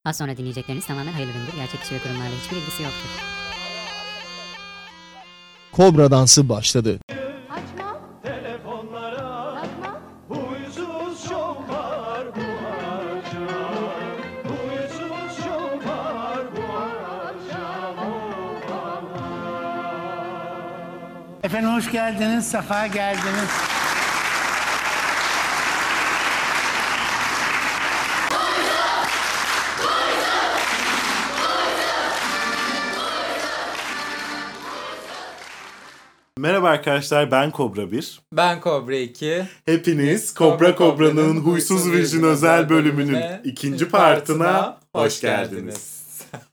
Az sonra dinleyecekleriniz tamamen hayırlı üründür. Gerçek kişi ve kurumlarla hiçbir ilgisi yoktur. Kobra dansı başladı. Açma, Telefonlara açma. huysuz şoför bu akşam. Huysuz şoför bu akşam. Efendim hoş geldiniz, sefa geldiniz. Merhaba arkadaşlar, ben Kobra 1. Ben Kobra 2. Hepiniz Kobra Kobra'nın Huysuz Vision özel bölümünün ikinci partına hoş geldiniz.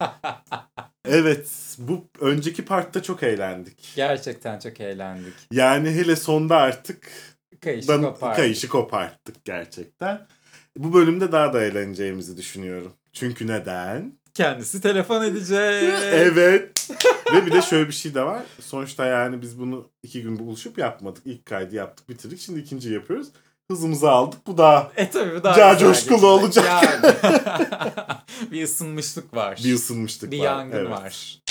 Evet, bu önceki partta çok eğlendik. Gerçekten çok eğlendik. Yani hele sonda artık Kayışı koparttık gerçekten. Bu bölümde daha da eğleneceğimizi düşünüyorum. Çünkü neden? Kendisi telefon edecek. Evet. Ve bir de şöyle bir şey de var. Sonuçta yani biz bunu 2 gün buluşup yapmadık. İlk kaydı yaptık, bitirdik. Şimdi ikinciyi yapıyoruz. Hızımızı aldık. Bu daha Tabii bu daha daha güzel coşkulu geçecek. olacak. Yani. Bir ısınmışlık var. Bir ısınmıştık Bir var. yangın Evet. var.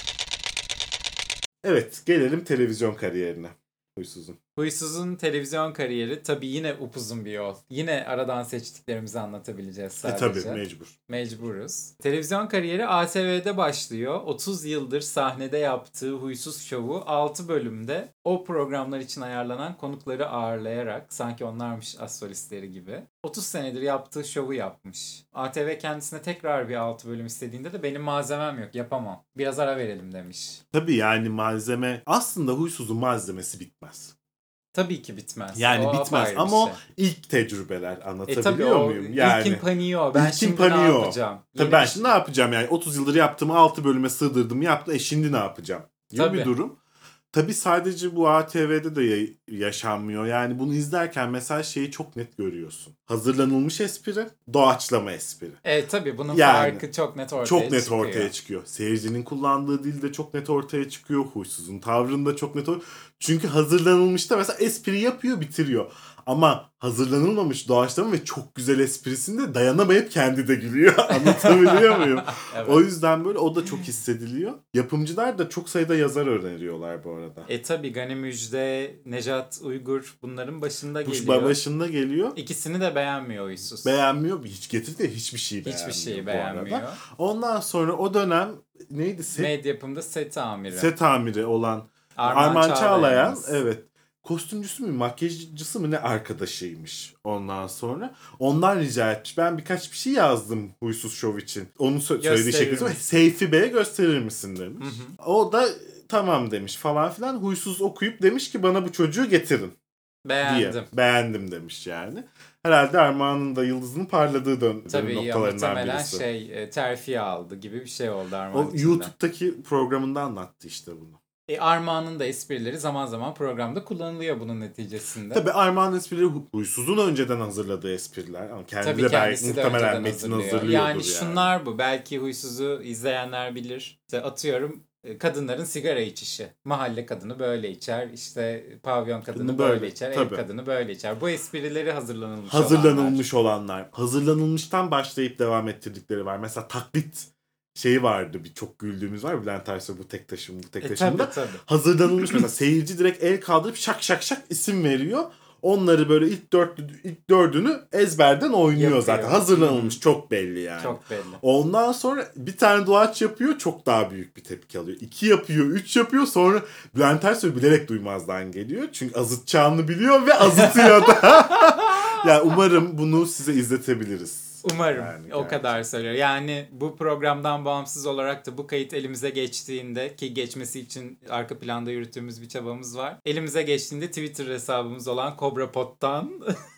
Evet, gelelim televizyon kariyerine. Huysuz'un. Huysuz'un televizyon kariyeri tabii yine upuzun bir yol. Yine aradan seçtiklerimizi anlatabileceğiz sadece. Tabii mecbur. Mecburuz. Televizyon kariyeri ATV'de başlıyor. 30 yıldır sahnede yaptığı Huysuz Şovu 6 bölümde o programlar için ayarlanan konukları ağırlayarak sanki onlarmış as solistleri gibi 30 senedir yaptığı şovu yapmış. ATV kendisine tekrar bir 6 bölüm istediğinde de benim malzemem yok, yapamam. Biraz ara verelim demiş. Tabii yani malzeme aslında Huysuz'un malzemesi bitmez. Tabii ki bitmez. Yani O bitmez apayrı bir ama o şey. ilk tecrübeler Tabii anlatabiliyor o muyum? Yani ilkin paniği o. Ben İlkin şimdi paniği ne o. yapacağım? Tabii Yeni ben bir şimdi ne yapacağım yani 30 yıldır yaptığımı 6 bölüme sığdırdım yaptım şimdi ne yapacağım gibi Tabii. bir durum. Tabii sadece bu ATV'de de yaşanmıyor. Yani bunu izlerken mesela şeyi çok net görüyorsun. Hazırlanılmış espri, doğaçlama espri. Tabii bunun Yani, farkı çok net ortaya çıkıyor. Seyircinin kullandığı dil de çok net ortaya çıkıyor. Huysuz'un tavrında çok net Çünkü hazırlanılmışta mesela espri yapıyor, bitiriyor. Ama hazırlanılmamış doğaçlama ve çok güzel esprisinde dayanamayıp kendi de gülüyor. Anlatabiliyor muyum? Evet. O yüzden böyle o da çok hissediliyor. Yapımcılar da çok sayıda yazar öneriyorlar bu arada. Tabii Gani Müjde, Nejat Uygur bunların başında Bu geliyor. başında geliyor. İkisini de beğenmiyor Huysuz. Beğenmiyor. Hiç getirdi hiçbir şeyi beğenmiyor. Hiçbir şeyi bu beğenmiyor. arada. Ondan sonra o dönem neydi? Medyapım'da set amiri. Set amiri olan Arman Çağlayan, evet. Kostümcüsü mü, makyajcısı mı ne arkadaşıymış ondan sonra. Ondan rica etmiş. Ben birkaç bir şey yazdım Huysuz Show için. Onun söylediği şekilde Seyfi Bey'e gösterir misin demiş. Hı. O da tamam demiş falan filan. Huysuz okuyup demiş ki bana bu çocuğu getirin. Beğendim. Diye. Beğendim demiş yani. Herhalde Armağan'ın da yıldızının parladığı tabii noktalarından birisi. Tabii terfi aldı gibi bir şey oldu Armağan O içinde. YouTube'daki programında anlattı işte bunu. Armağan'ın da esprileri zaman zaman programda kullanılıyor bunun neticesinde. Tabii Armağan esprileri Huysuz'un önceden hazırladığı espriler. Ama kendi Tabii de kendisi de muhtemelen metin hazırlıyordur yani. Şunlar bu. Belki Huysuz'u izleyenler bilir. İşte atıyorum kadınların sigara içişi. Mahalle kadını böyle içer. İşte pavyon kadını böyle içer. Tabii. Ev kadını böyle içer. Bu esprileri hazırlanılmış olanlar. Hazırlanılmıştan başlayıp devam ettirdikleri var. Mesela taklit şeyi vardı, bir çok güldüğümüz var. Bülent Ersoy bu tek taşımda. Tabii. Hazırlanılmış mesela seyirci direkt el kaldırıp şak şak şak isim veriyor. Onları böyle ilk dördünü ezberden oynuyor yapıyor. Zaten. Hazırlanılmış çok belli yani. Çok belli. Ondan sonra bir tane doğaç yapıyor, çok daha büyük bir tepki alıyor. 2 yapıyor, 3 yapıyor, sonra Bülent Ersoy bilerek duymazdan geliyor. Çünkü azıtacağını biliyor ve azıtıyor da. Yani umarım bunu size izletebiliriz. Umarım yani, o kadar söylüyor. Yani bu programdan bağımsız olarak da bu kayıt elimize geçtiğinde, ki geçmesi için arka planda yürüttüğümüz bir çabamız var. Elimize geçtiğinde Twitter hesabımız olan CobraPod'dan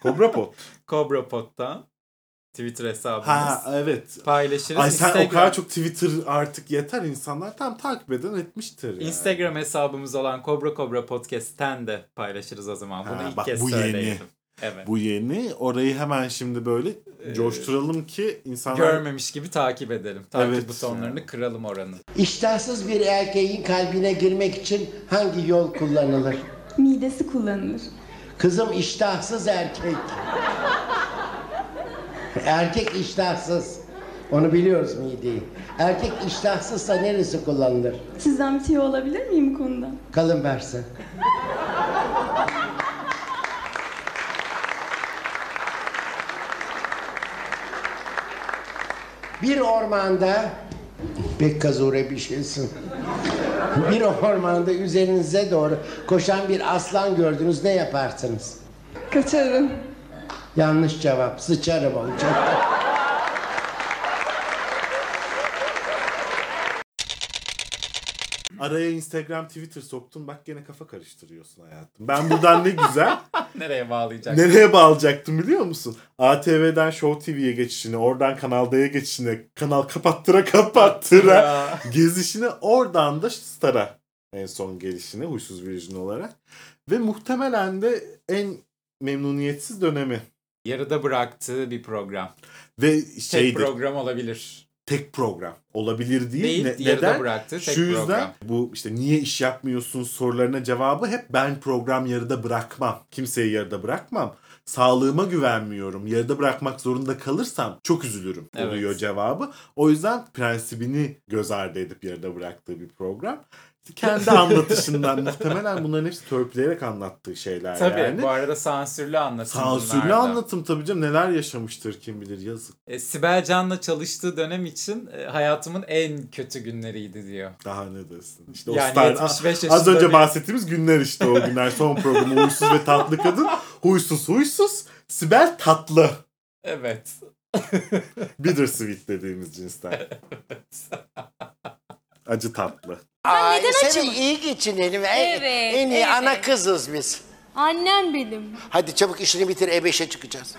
CobraPod'dan Twitter hesabımız. Ha evet. Paylaşırız. Ay sen o kadar çok Twitter artık yeter, insanlar tam takip eden etmiştir yani. Instagram hesabımız olan Kobra Podcast'ten de paylaşırız o zaman. Bunu ilk kez söyleyelim. Yeni. Evet. Bu yeni. Orayı hemen şimdi böyle coşturalım ki insanlar görmemiş gibi takip edelim. Takip butonlarını kıralım oranın. İştahsız bir erkeğin kalbine girmek için hangi yol kullanılır? Midesi kullanılır. Kızım iştahsız erkek. Erkek iştahsız. Onu biliyoruz mideyi. Erkek iştahsızsa neresi kullanılır? Sizden bir tüyo alabilir miyim bu konuda? Kalın versin. Bir ormanda pek kazure bir şeysin. Bir ormanda üzerinize doğru koşan bir aslan gördünüz, ne yaparsınız? Kaçarım. Yanlış cevap. Sıçarım olacak. Araya Instagram, Twitter soktun. Bak gene kafa karıştırıyorsun hayatım. Ben buradan ne güzel Nereye bağlayacak? nereye bağlayacaktım biliyor musun? ATV'den Show TV'ye geçişini, oradan Kanal D'ye geçişini, kanal kapattıra gezişini, oradan da Star'a en son gelişini, Huysuz Virgin olarak. Ve muhtemelen de en memnuniyetsiz dönemi. Yarıda bıraktığı bir program. Ve Tek program olabilir. tek program olabilir değil. Yarıda Neden? bıraktığı tek Şu yüzden program. bu işte niye iş yapmıyorsun sorularına cevabı hep ben program yarıda bırakmam. Kimseyi yarıda bırakmam. Sağlığıma güvenmiyorum. Yarıda bırakmak zorunda kalırsam çok üzülürüm oluyor cevabı. O yüzden prensibini göz ardı edip yarıda bıraktığı bir program. Kendi anlatışından muhtemelen bunların hepsi törpüleyerek anlattığı şeyler Tabii, yani. bu arada sansürlü anlatım Sansürlü bunlar da. anlatım tabii canım. Neler yaşamıştır kim bilir, yazık. Sibel Can'la çalıştığı dönem için hayatımın en kötü günleriydi diyor. Daha ne dersin? İşte Yani o star, 75 az yaşında önce bir- bahsettiğimiz günler işte o günler. Son programı Huysuz ve Tatlı Kadın. Huysuz, Sibel tatlı. Evet. Bittersweet dediğimiz cinsten. Acı tatlı. neden Seni açım? iyi geçinelim. Evet, En iyi evet. ana kızız biz. Annem benim. Hadi çabuk işini bitir, E5'e çıkacağız.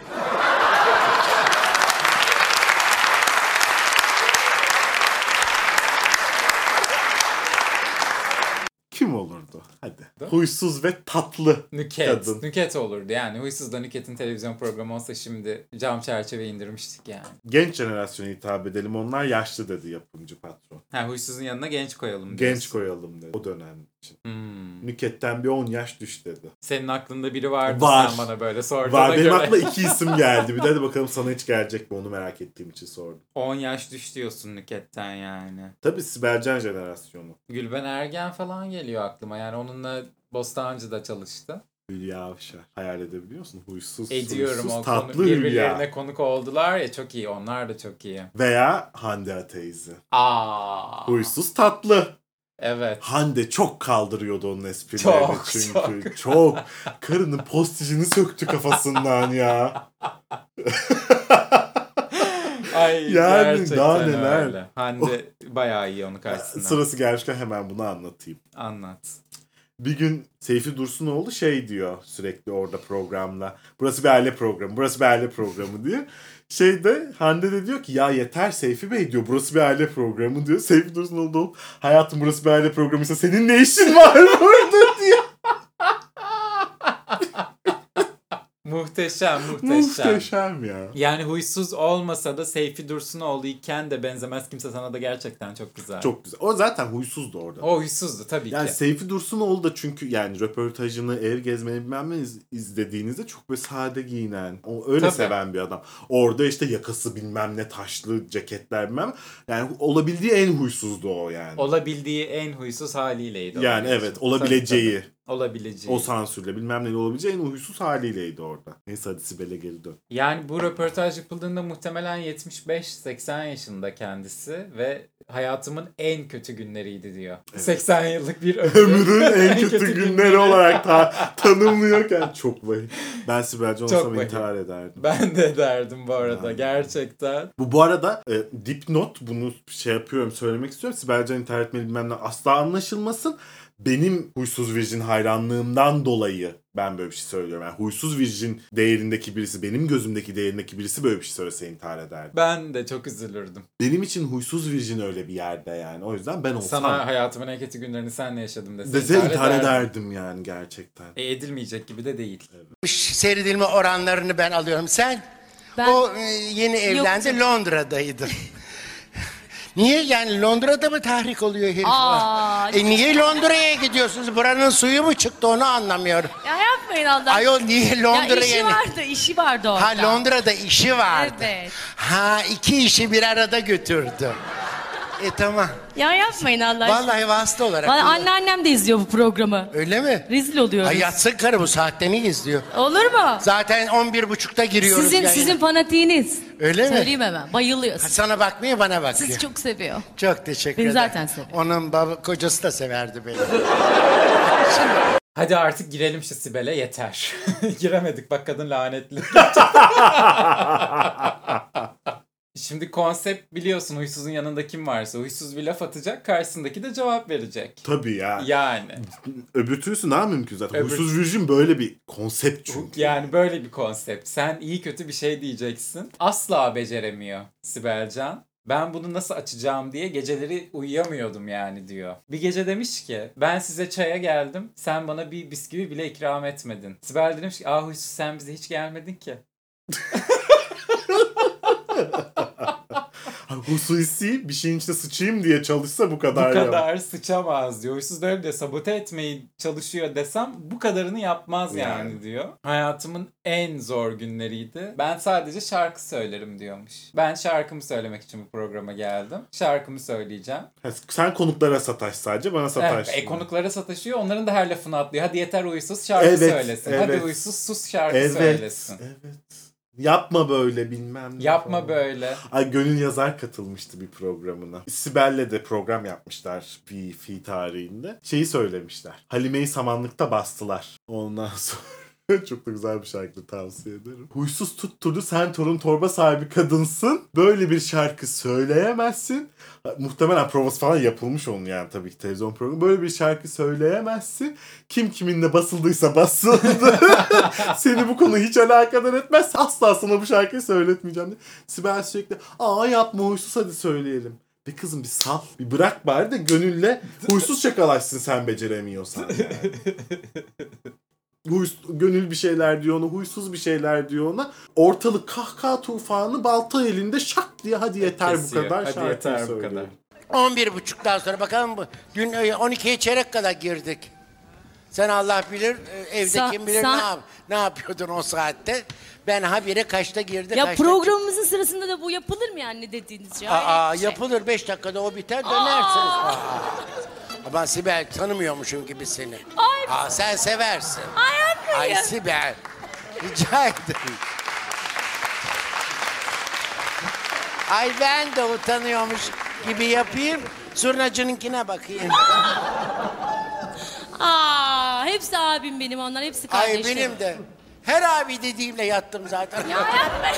Kim olurdu? Hadi. Huysuz ve tatlı Nüket. kadın. Nüket olurdu yani. Huysuz'da Nüket'in televizyon programı olsa şimdi cam çerçeve indirmiştik yani. Genç jenerasyona hitap edelim. Onlar yaşlı dedi yapımcı patron. Ha, Huysuz'un yanına genç koyalım diyorsun. Genç koyalım dedi o dönem için. Hmm. Nüket'ten bir 10 yaş düş dedi. Senin aklında biri vardı, Var. sen bana böyle sorduğuna Var. Benim göre. aklıma 2 isim geldi. Bir de hadi bakalım sana hiç gelecek mi, onu merak ettiğim için sordum. 10 yaş düş diyorsun Nüket'ten yani. Tabii Sibelcan jenerasyonu. Gülben Ergen falan geliyor aklıma. Yani onunla Bostancı'da çalıştı. Hülya Avşar. Hayal edebiliyor musun? Huysuz, Ediyorum huysuz, o tatlı konu. Birbirlerine Hülya. konuk oldular ya, çok iyi. Onlar da çok iyi. Veya Hande teyze. Aa. Huysuz tatlı. Evet. Hande çok kaldırıyordu onun esprilerini Çok, çünkü. Çok. Karının postijini söktü kafasından ya. Ay Yani gerçekten daha neler. öyle. Hande bayağı iyi onun karşısında. Sırası gelmişken hemen bunu anlatayım. Anlat. Bir gün Seyfi Dursunoğlu şey diyor sürekli orada programla. Burası bir aile programı, burası bir aile programı diye. Hande de diyor ki ya yeter Seyfi Bey diyor, burası bir aile programı diyor. Seyfi Dursunoğlu hayatım burası bir aile programıysa senin ne işin var burada diyor. Muhteşem. Muhteşem ya. Yani huysuz olmasa da Seyfi Dursunoğlu iken de benzemez kimse sana da gerçekten çok güzel. Çok güzel. O zaten huysuzdu orada. O huysuzdu tabii Yani ki. Seyfi Dursunoğlu da çünkü yani röportajını, ev gezmeni bilmem ne izlediğinizde çok böyle sade giyinen, o öyle Tabii. seven bir adam. Orada işte yakası bilmem ne taşlı ceketler bilmem. Yani olabildiği en huysuzdu o yani. Olabildiği en huysuz haliyleydi. o Yani huysuz. evet, olabileceği. Tabii. Olabileceği. O sansürle bilmem neyle olabileceği en huysuz haliyleydi orada. Neyse hadi Sibel'e geri dön. Yani bu röportaj yapıldığında muhtemelen 75-80 yaşında kendisi ve hayatımın en kötü günleriydi diyor. Evet. 80 yıllık bir Ömrün en kötü günleri olarak tanımlıyorken çok vahim. Ben Sibelcan Çok olsam vahim. intihar ederdim. Ben de derdim bu arada Yani. gerçekten. Bu arada dipnot, bunu yapıyorum, söylemek istiyorum. Sibelcan intihar etmeli bilmem ne asla anlaşılmasın. Benim Huysuz Virgin hayranlığımdan dolayı ben böyle bir şey söylüyorum. Yani Huysuz Virgin değerindeki birisi, benim gözümdeki değerindeki birisi böyle bir şey söylese intihar ederdim. Ben de çok üzülürdüm. Benim için Huysuz Virgin öyle bir yerde yani. O yüzden ben olsam Sana hayatımın en kötü günlerini senle yaşadım dese dese intihar ederdim yani gerçekten. Edilmeyecek gibi de değil. Seyredilme oranlarını ben alıyorum. Sen yeni evlendi, Londra'daydın. Niye yani Londra'da mı tahrik oluyor herif? Aa, Niye Londra'ya gidiyorsunuz? Buranın suyu mu çıktı onu anlamıyorum. Ya yapma yapmayın Allah. Ayol niye Ya Londra'ya? işi vardı orada. Ha Londra'da işi vardı. Evet. Ha 2 işi bir arada götürdü. Tamam. Ya yapmayın Allah aşkına. Vallahi vasıta olarak. Vallahi anneannem de izliyor bu programı. Öyle mi? Rezil oluyoruz. Ay yatsın karı bu saatte mi izliyor? Olur mu? Zaten 11.30'da giriyoruz Sizin fanatiğiniz. Öyle mi? Söyleyeyim hemen. Bayılıyor. Sana bakmıyor bana bakıyor. Sizi çok seviyor. Çok teşekkür Beni ederim. zaten seviyor. Onun kocası da severdi beni. Hadi artık girelim şu Sibel'e yeter. Giremedik bak kadın lanetli. Şimdi konsept biliyorsun huysuzun yanında kim varsa huysuz bir laf atacak karşısındaki de cevap verecek. Tabii ya. Yani. Öbür türlüsü daha mümkün zaten. Huysuz Virgin böyle bir konsept çünkü. Yani böyle bir konsept. Sen iyi kötü bir şey diyeceksin. Asla beceremiyor Sibelcan. Ben bunu nasıl açacağım diye geceleri uyuyamıyordum yani diyor. Bir gece demiş ki ben size çaya geldim. Sen bana bir bisküvi bile ikram etmedin. Sibel demiş ki huysuz sen bize hiç gelmedin ki. Hususi bir şeyin içine sıçayım diye çalışsa bu kadar. Bu kadar sıçamaz diyor. Huysuz da öyle diyor. Sabote etmeyi çalışıyor desem bu kadarını yapmaz yani diyor. Hayatımın en zor günleriydi. Ben sadece şarkı söylerim diyormuş. Ben şarkımı söylemek için bu programa geldim. Şarkımı söyleyeceğim. Sen konuklara sataş sadece bana sataş. Evet, konuklara sataşıyor. Onların da her lafını atlıyor. Hadi yeter huysuz şarkı söylesin. Hadi huysuz sus şarkı söylesin. Evet. Yapma böyle bilmem ne. Yapma falan. böyle. Ay Gönül Yazar katılmıştı bir programına. Sibel'le de program yapmışlar fi tarihinde. Şeyi söylemişler. Halime'yi samanlıkta bastılar. Ondan sonra çok da güzel bir şarkı tavsiye ederim. Huysuz tutturdu sen torun torba sahibi kadınsın. Böyle bir şarkı söyleyemezsin. Muhtemelen provası falan yapılmış onun yani tabii ki televizyon programı. Böyle bir şarkı söyleyemezsin. Kim kiminle basıldıysa basıldı. Seni bu konu hiç alakadar etmez. Asla sana bu şarkıyı söyletmeyeceğim diye. Sibel sürekli yapma huysuz hadi söyleyelim. Be kızım bir sal. Bir bırak bari de Gönül'le huysuz şakalaşsın sen beceremiyorsan yani. Gönül bir şeyler diyor ona, huysuz bir şeyler diyor ona. Ortalık kahkaha tufanı balta elinde şak diye hadi yeter kesiyor. Bu kadar hadi şarkıyı yeter bu söylüyor. kadar. 11.30'dan sonra bakalım dün 12'ye çeyrek kadar girdik. Sen Allah bilir evde kim bilir ne yapıyordun o saatte. Ben habire kaçta girdi Ya kaçta programımızın sırasında da bu yapılır mı yani ne dediğiniz ya? Yapılır 5 dakikada o biter dönersiniz. Ama Sibel tanımıyormuşum gibi seni. Sen seversin. Ay Sibel. Rica ederim. Ay ben de utanıyormuş gibi yapayım. Zurnacınınkine bakayım. Hepsi abim benim onlar hepsi kardeşlerim. Ay benim de. Her abi dediğimle yattım zaten. Ya yapma.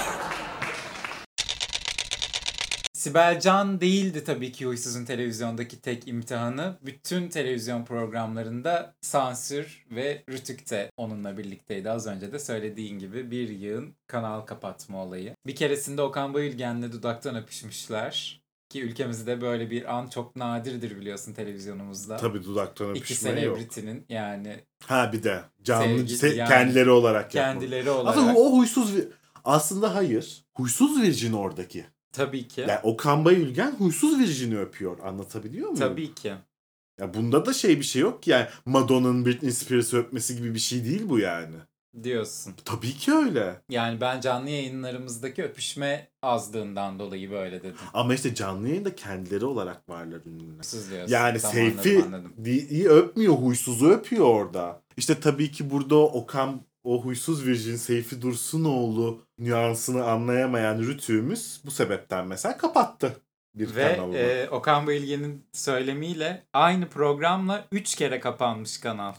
Sibelcan değildi tabii ki huysuzun televizyondaki tek imtihanı. Bütün televizyon programlarında sansür ve Rütük de onunla birlikteydi. Az önce de söylediğin gibi bir yığın kanal kapatma olayı. Bir keresinde Okan Bayülgen'le dudaktan öpüşmüşler. Ki ülkemizde böyle bir an çok nadirdir biliyorsun televizyonumuzda. Tabii dudaktan öpüşme yok. İki celebrity'nin yani. Bir de canlı yani, kendileri olarak kendileri olarak. Aslında o huysuz aslında hayır. Huysuz Virgin oradaki. Tabii ki. Yani Okan Bayülgen huysuz Virgin'i öpüyor. Anlatabiliyor muyum? Tabii ki. Ya bunda da bir şey yok ki yani Madonna'nın Britney Spears'ı öpmesi gibi bir şey değil bu yani. Diyorsun. Tabii ki öyle. Yani ben canlı yayınlarımızdaki öpüşme azlığından dolayı böyle dedim. Ama işte canlı yayında kendileri olarak varlar ünlüler. Tamam, Yani Seyfi iyi öpmüyor, huysuzu öpüyor orada. İşte tabii ki burada o huysuz Virgin Seyfi Dursunoğlu nüansını anlayamayan Rütü'müz bu sebepten mesela kapattı bir kanalını. Ve Okan Bayülgen'in söylemiyle aynı programla 3 kere kapanmış kanal.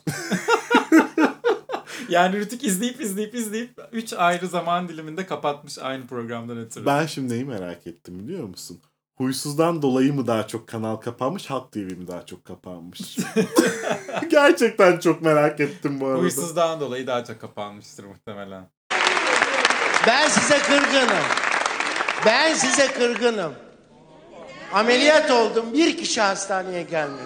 Yani Rütük izleyip 3 ayrı zaman diliminde kapatmış aynı programdan ötürü. Ben şimdi neyi merak ettim biliyor musun? Huysuzdan dolayı mı daha çok kanal kapanmış, Halk TV mi daha çok kapanmış? Gerçekten çok merak ettim bu arada. Huysuzdan dolayı daha çok kapanmıştır muhtemelen. Ben size kırgınım. Ameliyat oldum. Bir kişi hastaneye gelmedi.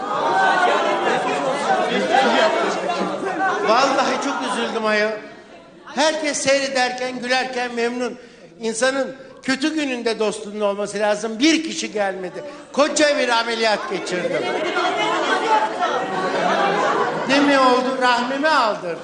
Vallahi çok üzüldüm ayol. Herkes seyrederken, gülerken memnun. İnsanın kötü gününde dostunun olması lazım. Bir kişi gelmedi. Koca bir ameliyat geçirdim. Ne mi oldu? Rahmimi aldırdı.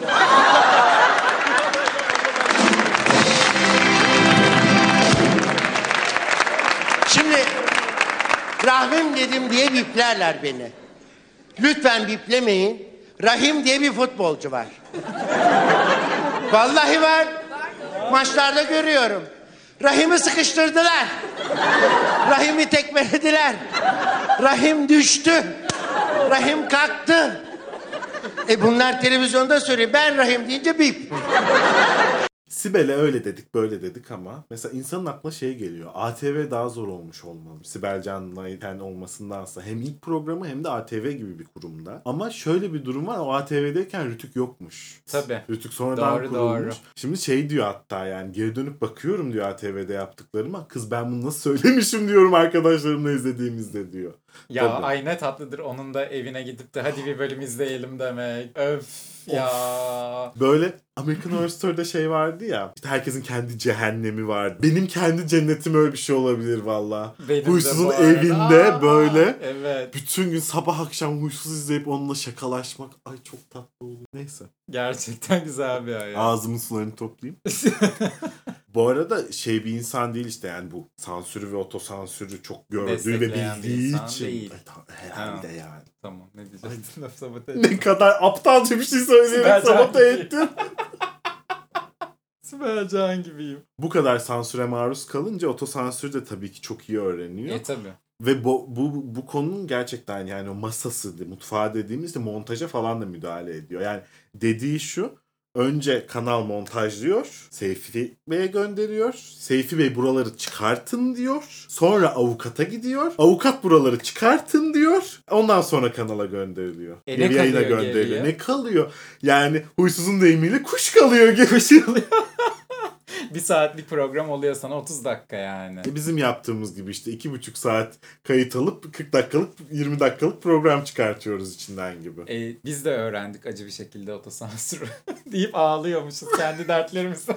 Şimdi Rahmim dedim diye biplerler beni. Lütfen biplemeyin. Rahim diye bir futbolcu var. Vallahi var. Maçlarda görüyorum. Rahim'i sıkıştırdılar. Rahim'i tekmelediler. Rahim düştü. Rahim kalktı. Bunlar televizyonda söylüyor. Ben Rahim deyince bip. Sibel'e öyle dedik böyle dedik ama mesela insanın aklına şey geliyor. ATV daha zor olmuş olmalı. Sibel Can'la olmasındansa hem ilk programı hem de ATV gibi bir kurumda. Ama şöyle bir durum var. O ATV'deyken Rütük yokmuş. Tabii. Rütük sonradan kurulmuş. Doğru. Şimdi şey diyor hatta yani geri dönüp bakıyorum diyor ATV'de yaptıklarıma. Kız ben bunu nasıl söylemişim diyorum arkadaşlarımla izlediğimizde diyor. Ya Tabii. ay ne tatlıdır onun da evine gidip de hadi bir bölüm izleyelim demek. Öf ya. Böyle American Horror Story'de şey vardı ya. İşte herkesin kendi cehennemi vardı. Benim kendi cennetim öyle bir şey olabilir valla. Huysuz'un evinde böyle. Evet. Bütün gün sabah akşam Huysuz izleyip onunla şakalaşmak. Ay çok tatlı oluyor. Neyse. Gerçekten güzel bir hayat. Ağzımın sularını toplayayım. Bu arada şey bir insan değil işte yani bu sansürü ve otosansürü çok gördüğü ve bildiği için. Değil. Herhalde yani. Tamam ne diyeceksin? Laf sabote Ne kadar aptalca bir şey söyleyerek sabote ettin. Sibel Can gibiyim. Bu kadar sansüre maruz kalınca otosansür de tabii ki çok iyi öğreniyor. Tabii. Ve bu konunun gerçekten yani o masası, mutfağı dediğimizde montaja falan da müdahale ediyor. Yani dediği şu, önce kanal montajlıyor, Seyfi Bey'e gönderiyor. Seyfi Bey buraları çıkartın diyor. Sonra avukata gidiyor. Avukat buraları çıkartın diyor. Ondan sonra kanala gönderiliyor. Geri yayına gönderiliyor. Ne kalıyor? Yani Huysuz'un deyimiyle kuş kalıyor. Kuş kalıyor. Bir saatlik program oluyor sana 30 dakika yani. Bizim yaptığımız gibi işte 2,5 saat kayıt alıp 40 dakikalık 20 dakikalık program çıkartıyoruz içinden gibi. Biz de öğrendik acı bir şekilde otosansürü deyip ağlıyormuşuz kendi dertlerimize.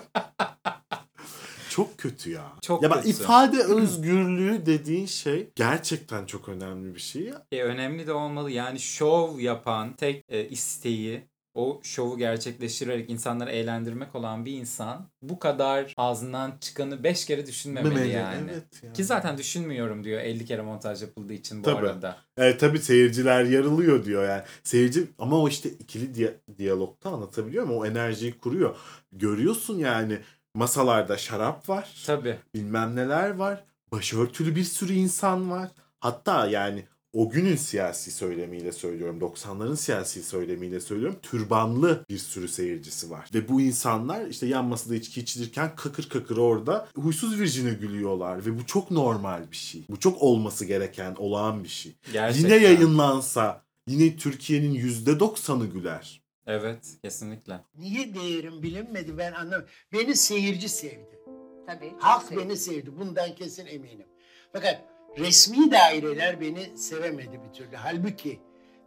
Çok kötü ya. Çok ya kötü. İfade özgürlüğü dediğin şey gerçekten çok önemli bir şey. Önemli de olmalı. Yani şov yapan tek isteği o şovu gerçekleştirerek insanları eğlendirmek olan bir insan bu kadar ağzından çıkanı 5 kere düşünmemeli yani. Evet yani. Ki zaten düşünmüyorum diyor 50 kere montaj yapıldığı için bu tabii. arada. Tabii seyirciler yarılıyor diyor yani. Seyirci ama o işte ikili diyalogta anlatabiliyor mu? O enerjiyi kuruyor. Görüyorsun yani masalarda şarap var. Tabii. Bilmem neler var. Başörtülü bir sürü insan var. Hatta yani o günün siyasi söylemiyle söylüyorum, 90'ların siyasi söylemiyle söylüyorum, türbanlı bir sürü seyircisi var. Ve bu insanlar işte yan masada içki içilirken kakır kakır orada Huysuz Virjin'e gülüyorlar. Ve bu çok normal bir şey. Bu çok olması gereken, olağan bir şey. Gerçekten. Yine yayınlansa yine Türkiye'nin %90'ı güler. Evet, kesinlikle. Niye değerim bilinmedi ben anlamıyorum. Beni seyirci sevdi. Tabii. Halk beni sevdi. Bundan kesin eminim. Fakat resmi daireler beni sevemedi bir türlü. Halbuki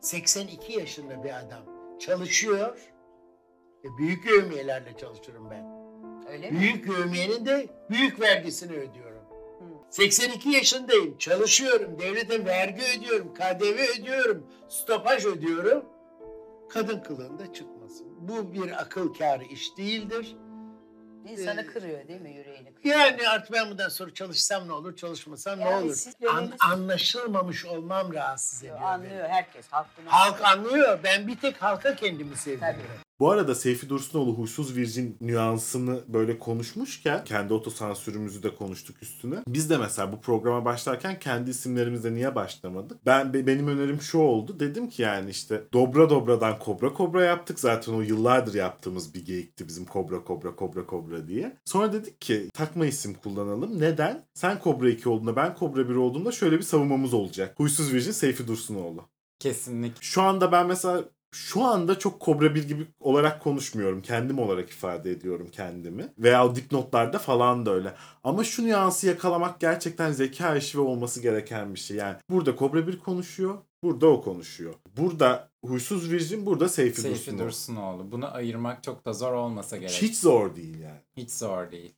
82 yaşında bir adam çalışıyor. Büyük yevmiyelerle çalışırım ben. Öyle mi? Büyük yevmiyenin de büyük vergisini ödüyorum. 82 yaşındayım. Çalışıyorum. Devlete vergi ödüyorum. KDV ödüyorum. Stopaj ödüyorum. Kadın kılığında çıkmasın. Bu bir akıl kârı iş değildir. İnsanı kırıyor değil mi, yüreğini kırıyor? Yani artık ben bundan sonra çalışsam ne olur, çalışmasam ne olur? Anlaşılmamış olmam rahatsız ediyor. Anlıyor beni. Herkes. Halk anlıyor. Ben bir tek halka kendimi sevdiriyorum. Bu arada Seyfi Dursunoğlu Huysuz Virjin nüansını böyle konuşmuşken kendi otosansürümüzü de konuştuk üstüne. Biz de mesela bu programa başlarken kendi isimlerimizle niye başlamadık? Benim önerim şu oldu. Dedim ki yani işte Dobra Dobra'dan Kobra Kobra yaptık. Zaten o yıllardır yaptığımız bir geyikti bizim Kobra Kobra Kobra Kobra diye. Sonra dedik ki takma isim kullanalım. Neden? Sen Kobra 2 olduğunda ben Kobra 1 olduğumda şöyle bir savunmamız olacak. Huysuz Virjin Seyfi Dursunoğlu. Kesinlikle. Şu anda ben mesela çok Kobra 1 gibi olarak konuşmuyorum. Kendim olarak ifade ediyorum kendimi. Veya o dipnotlarda falan da öyle. Ama şu nüansı yakalamak gerçekten zeka işi ve olması gereken bir şey. Yani burada Kobra 1 konuşuyor. Burada o konuşuyor. Burada Huysuz Virjin, burada Seyfi Dursunoğlu. Bunu ayırmak çok da zor olmasa gerek. Hiç zor değil yani. Hiç zor değil.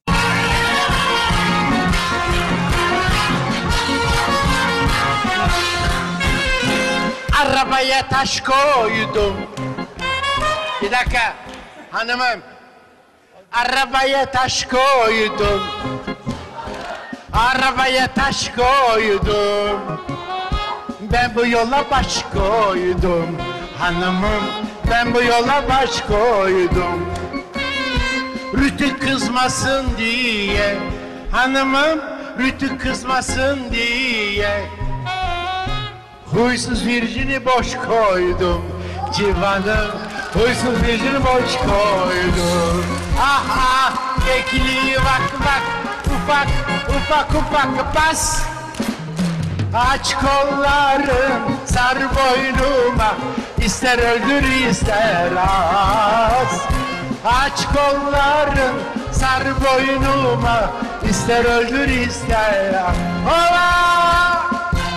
Arabaya taş koydum, Bir dakika. Hanımım. Arabaya taş koydum. Arabaya taş koydum. Ben bu yola baş koydum. Hanımım ben bu yola baş koydum. Rütü kızmasın diye. Hanımım rütü kızmasın diye. Huysuz virjini boş koydum. Civanım huysuz virjini boş koydum. Ah ah kekliği bak ufak ufak bas. Aç kollarım sar boynuma. İster öldür ister as. Aç kollarım sar boynuma. İster öldür ister as. Ola!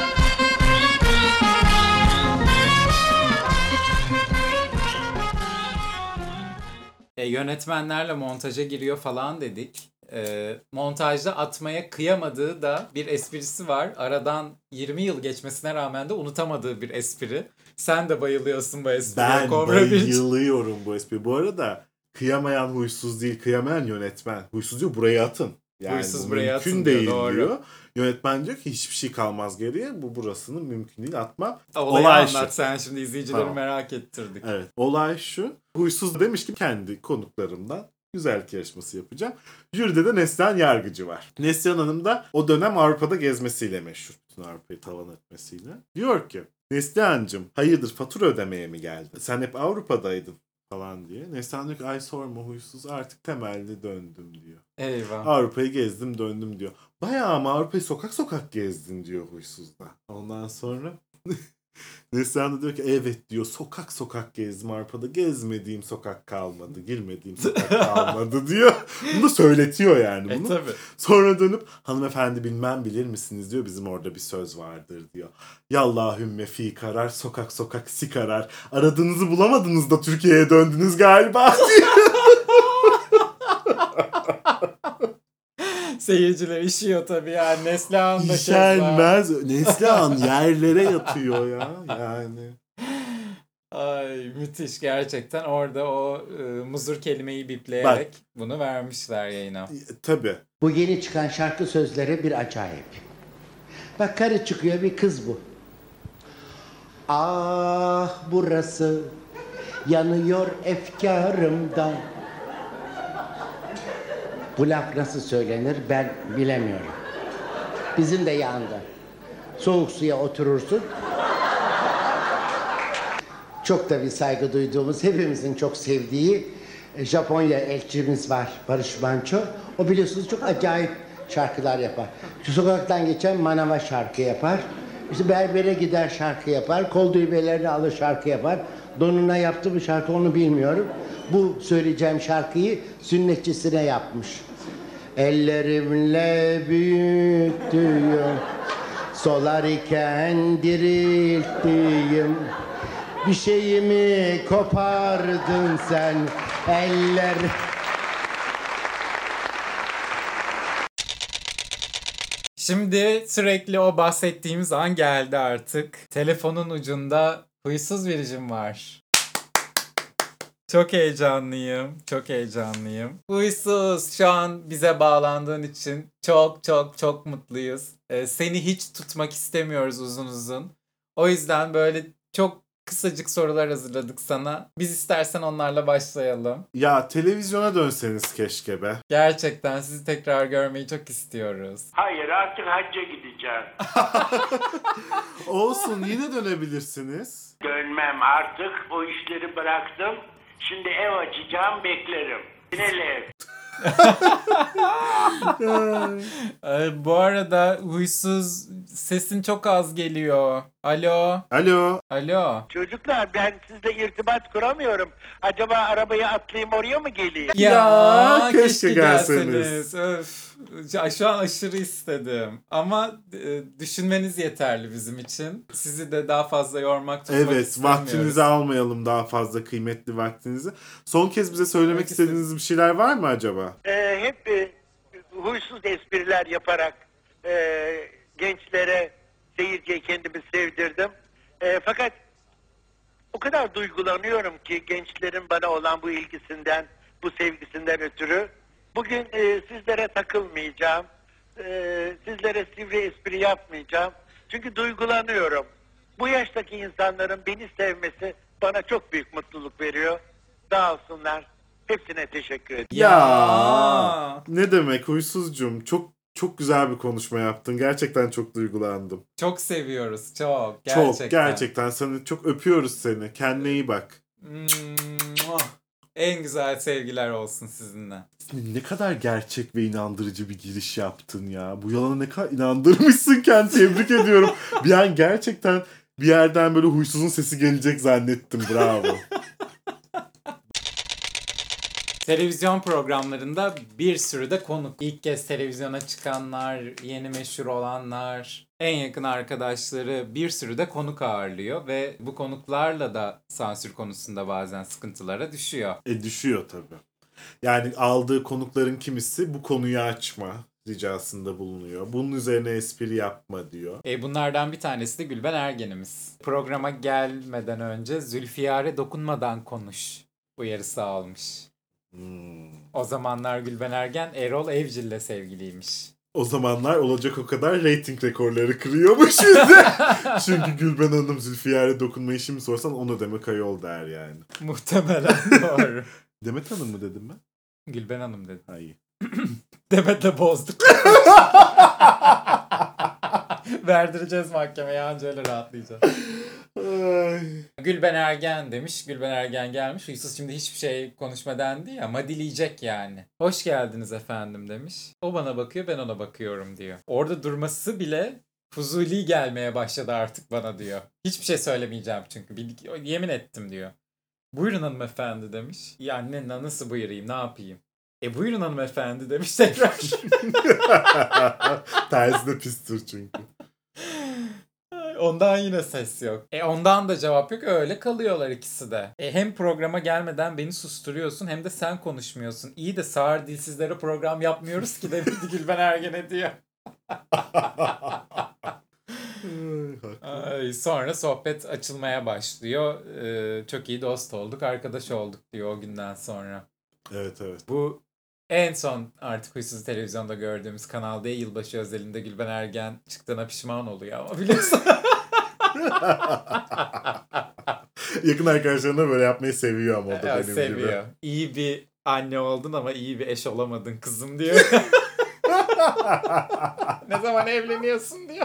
Yönetmenlerle montaja giriyor falan dedik. Montajda atmaya kıyamadığı da bir esprisi var. Aradan 20 yıl geçmesine rağmen de unutamadığı bir espri. Sen de bayılıyorsun bu espriye. Ben Kobra Beach. bayılıyorum bu espriye. Bu arada kıyamayan huysuz değil, kıyamayan yönetmen. Huysuz diyor buraya atın. Yani Huysuz bu buraya mümkün atın değil diyor, diyor. Yönetmen diyor ki hiçbir şey kalmaz geriye. Bu burasının mümkün değil atma. Olayı Olay anlat şu. sen şimdi izleyicileri Tamam. merak ettirdik. Evet. Olay şu. Huysuz demiş ki kendi konuklarımdan güzellik yarışması yapacağım. Jüride de Neslihan Yargıcı var. Neslihan Hanım da o dönem Avrupa'da gezmesiyle meşhur. Bütün Avrupa'yı talan etmesiyle. Diyor ki Neslihan'cığım hayırdır fatura ödemeye mi geldin? Sen hep Avrupa'daydın falan diye. Neslihan diyor ki ay sorma huysuz artık temelli döndüm diyor. Eyvah. Avrupa'yı gezdim döndüm diyor. Bayağı ama Avrupa'yı sokak sokak gezdin diyor huysuz da. Ondan sonra Neslihan da diyor ki evet diyor sokak sokak gezdim Avrupa'da gezmediğim sokak kalmadı girmediğim sokak kalmadı diyor. Bunu söyletiyor yani bunu. Tabii. Sonra dönüp hanımefendi bilmem bilir misiniz diyor bizim orada bir söz vardır diyor. Yallahümme fi karar sokak sokak si karar aradığınızı bulamadınız da Türkiye'ye döndünüz galiba diyor. Seyirciler işiyor tabii yani. Neslihan da İşenmez. Neslihan yerlere yatıyor ya. Yani. Ay müthiş gerçekten. Orada o muzur kelimeyi bipleyerek Bak. bunu vermişler yayına. Tabii. Bu yeni çıkan şarkı sözleri bir acayip. Bak karı çıkıyor bir kız bu. Ah burası yanıyor efkarımdan. Bu laf nasıl söylenir ben bilemiyorum. Bizim de yanında. Soğuk suya oturursun. Çok da bir saygı duyduğumuz, hepimizin çok sevdiği Japonya elçimiz var Barış Manço. O biliyorsunuz çok acayip şarkılar yapar. Şu sokaktan geçen manava şarkı yapar. İşte berbere gider şarkı yapar. Kol düğmelerini alır şarkı yapar. Donuna yaptı mı şarkı onu bilmiyorum. Bu söyleyeceğim şarkıyı sünnetçisine yapmış. Ellerimle büyüttüğüm, solar iken dirilttiğim, bir şeyimi kopardın sen eller. Şimdi sürekli o bahsettiğimiz an geldi artık. Telefonun ucunda huysuz virjim var. Çok heyecanlıyım. Çok heyecanlıyım. Huysuz şu an bize bağlandığın için çok çok çok mutluyuz. Seni hiç tutmak istemiyoruz uzun uzun. O yüzden böyle çok kısacık sorular hazırladık sana. Biz istersen onlarla başlayalım. Ya televizyona dönseniz keşke be. Gerçekten sizi tekrar görmeyi çok istiyoruz. Hayır artık hacca gideceğim. Olsun yine dönebilirsiniz. Dönmem artık o işleri bıraktım. Şimdi ev açacağım beklerim. Gidelim. Bu arada huysuz sesin çok az geliyor. Alo. Alo. Alo. Çocuklar ben sizle irtibat kuramıyorum. Acaba arabayı atlayayım oraya mı geleyim? Ya keşke keşke gelseniz. gelseniz. Öf. Şu an aşırı istedim. Ama düşünmeniz yeterli bizim için. Sizi de daha fazla yormak tutmak Evet istemiyoruz. vaktinizi almayalım daha fazla kıymetli vaktinizi. Son kez bize söylemek istediğiniz bir şeyler var mı acaba? Hep huysuz espriler yaparak gençlere, seyirciye kendimi sevdirdim. Fakat o kadar duygulanıyorum ki gençlerin bana olan bu ilgisinden, bu sevgisinden ötürü. Bugün sizlere takılmayacağım. Sizlere sivri espri yapmayacağım. Çünkü duygulanıyorum. Bu yaştaki insanların beni sevmesi bana çok büyük mutluluk veriyor. Sağ olsunlar. Hepsine teşekkür ederim. Ya ne demek huysuzcum. Çok güzel bir konuşma yaptın. Gerçekten çok duygulandım. Çok seviyoruz. Çok. Gerçekten. Çok gerçekten. Seni çok öpüyoruz seni. Kendine iyi bak. En güzel sevgiler olsun sizinle. Ne kadar gerçek ve inandırıcı bir giriş yaptın ya. Bu yalana ne kadar inandırmışsın kendini. Tebrik ediyorum. Bir an gerçekten bir yerden böyle huysuzun sesi gelecek zannettim. Bravo. Televizyon programlarında bir sürü de konuk. İlk kez televizyona çıkanlar, yeni meşhur olanlar, en yakın arkadaşları bir sürü de konuk ağırlıyor. Ve bu konuklarla da sansür konusunda bazen sıkıntılara düşüyor. Düşüyor tabii. Yani aldığı konukların kimisi bu konuyu açma ricasında bulunuyor. Bunun üzerine espri yapma diyor. Bunlardan bir tanesi de Gülben Ergen'imiz. Programa gelmeden önce Zülfiyar'e dokunmadan konuş uyarısı almış. O zamanlar Gülben Ergen Erol Evcil'le sevgiliymiş. O zamanlar olacak o kadar reyting rekorları kırıyormuş bizde. Çünkü Gülben Hanım Zülfiyar'e dokunmayı şimdi sorsan ona Demet Ayol der yani. Muhtemelen doğru. Demet Hanım mı dedim ben? Gülben Hanım dedim. Hayır. Demet'le bozduk. Verdireceğiz mahkemeye anca öyle rahatlayacağız. Gülben Ergen demiş. Gülben Ergen gelmiş. Huysuz şimdi hiçbir şey konuşma dendi ya. Madileyecek yani. Hoş geldiniz efendim demiş. O bana bakıyor, ben ona bakıyorum diyor. Orada durması bile fuzuli gelmeye başladı artık bana diyor. Hiçbir şey söylemeyeceğim çünkü. Yemin ettim diyor. Buyurun hanımefendi demiş. Yani nasıl buyurayım, ne yapayım? Buyurun hanımefendi demiş tekrar. Tersi de pistir çünkü. Ondan yine ses yok. Ondan da cevap yok. Öyle kalıyorlar ikisi de. Hem programa gelmeden beni susturuyorsun hem de sen konuşmuyorsun. İyi de sağır dilsizlere program yapmıyoruz ki demişti Gülben Ergen'e diyor. Sonra sohbet açılmaya başlıyor. Çok iyi dost olduk, arkadaş olduk diyor o günden sonra. Evet. Bu en son artık Huysuz'u televizyonda gördüğümüz Kanal D yılbaşı özelinde Gülben Ergen çıktığına pişman oluyor ama biliyorsun. Yakın arkadaşlarına böyle yapmayı seviyor ama o da benim seviyor. gibi. İyi bir anne oldun ama iyi bir eş olamadın kızım diyor. Ne zaman evleniyorsun diyor.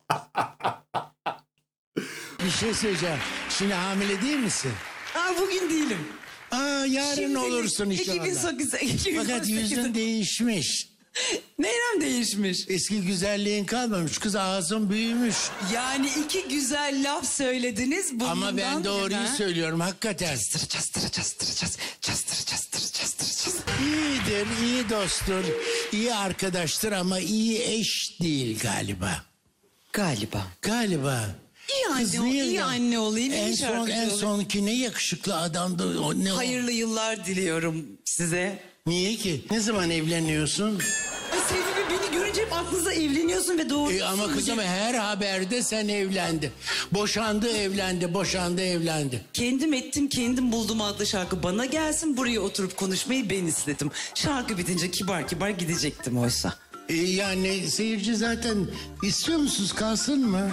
Bir şey söyleyeceğim. Şimdi hamile değil misin? Bugün değilim. Yarın Şimdi olursun inşallah. 2008. Fakat yüzün değişmiş. Nerem değişmiş? Eski güzelliğin kalmamış. Kız ağzın büyümüş. Yani iki güzel laf söylediniz. Ama ben doğruyu söylüyorum hakikaten. Çastır. İyidir, iyi dosttur, iyi arkadaştır ama iyi eş değil galiba. Galiba. İyi anne olayım. En sonki ne yakışıklı adamdı. Hayırlı yıllar diliyorum size. Niye ki? Ne zaman evleniyorsun? Ay Seyfi beni görünce hep aklınıza evleniyorsun ve doğru. Ama kızım her haberde sen evlendi. Boşandı evlendi. Kendim ettim kendim buldum adlı şarkı bana gelsin. Buraya oturup konuşmayı ben istedim. Şarkı bitince kibar kibar gidecektim oysa. Yani seyirci zaten istiyor musunuz kalsın mı?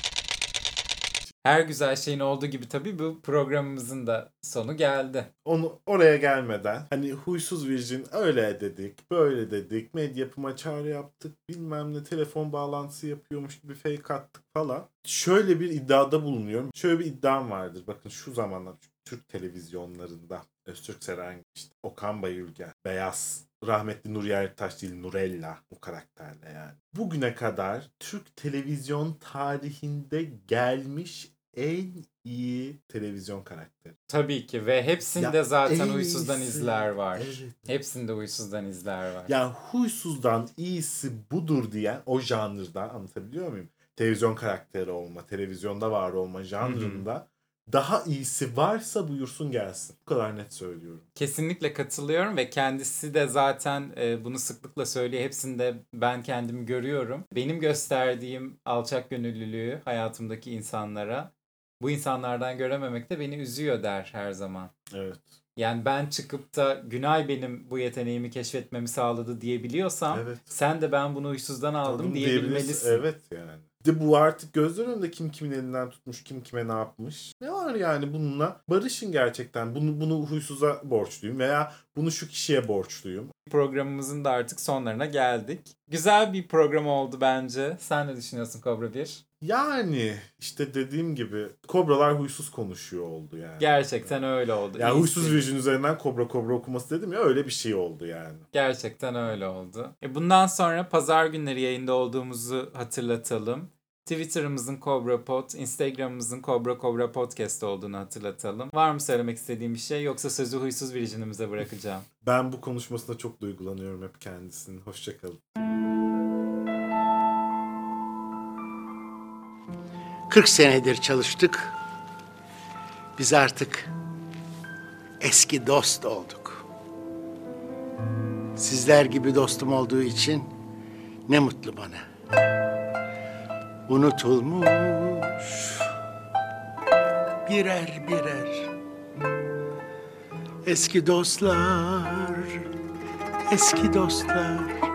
Her güzel şeyin olduğu gibi tabii bu programımızın da sonu geldi. Onu oraya gelmeden hani huysuz virjin öyle dedik, böyle dedik, medya yapıma çağrı yaptık, bilmem ne telefon bağlantısı yapıyormuş gibi fake attık falan. Şöyle bir iddiada bulunuyorum. Şöyle bir iddiam vardır. Bakın şu zamanlar Türk televizyonlarında Öztürk Serengil, işte Okan Bayülgen, Beyaz, rahmetli Nur Yerliktaş değil Nurella o karakterle yani. Bugüne kadar Türk televizyon tarihinde gelmiş en iyi televizyon karakteri. Tabii ki ve hepsinde zaten Huysuz'dan iyisi. izler var. Evet. Hepsinde Huysuz'dan izler var. Yani Huysuz'dan iyisi budur diyen o janrda, anlatabiliyor muyum? Televizyon karakteri olma, televizyonda var olma janrında daha iyisi varsa buyursun gelsin. Bu kadar net söylüyorum. Kesinlikle katılıyorum ve kendisi de zaten bunu sıklıkla söylüyor. Hepsinde ben kendimi görüyorum. Benim gösterdiğim alçak gönüllülüğü hayatımdaki insanlara bu insanlardan görememek de beni üzüyor der her zaman. Evet. Yani ben çıkıp da Günay benim bu yeteneğimi keşfetmemi sağladı diyebiliyorsam sen de ben bunu Huysuz'dan aldım diyebilmelisin. Evet yani. De bu artık gözler önünde kim kimin elinden tutmuş, kim kime ne yapmış. Ne var yani bununla? Barışın gerçekten. Bunu Huysuz'a borçluyum veya bunu şu kişiye borçluyum. Programımızın da artık sonlarına geldik. Güzel bir program oldu bence. Sen ne düşünüyorsun Kobra 1? Yani işte dediğim gibi kobralar huysuz konuşuyor oldu yani. Gerçekten öyle oldu. Yani Huysuz Virgin üzerinden kobra okuması dedim ya, öyle bir şey oldu yani. Gerçekten öyle oldu. Bundan sonra pazar günleri yayında olduğumuzu hatırlatalım. Twitter'ımızın Kobra Pod, Instagram'ımızın Kobra Podcast olduğunu hatırlatalım. Var mı söylemek istediğim bir şey, yoksa sözü Huysuz Virgin'imize bırakacağım? Ben bu konuşmasına çok duygulanıyorum hep kendisinin. Hoşçakalın. 40 senedir çalıştık. Biz artık eski dost olduk. Sizler gibi dostum olduğu için ne mutlu bana. Unutulmuş birer birer eski dostlar, eski dostlar.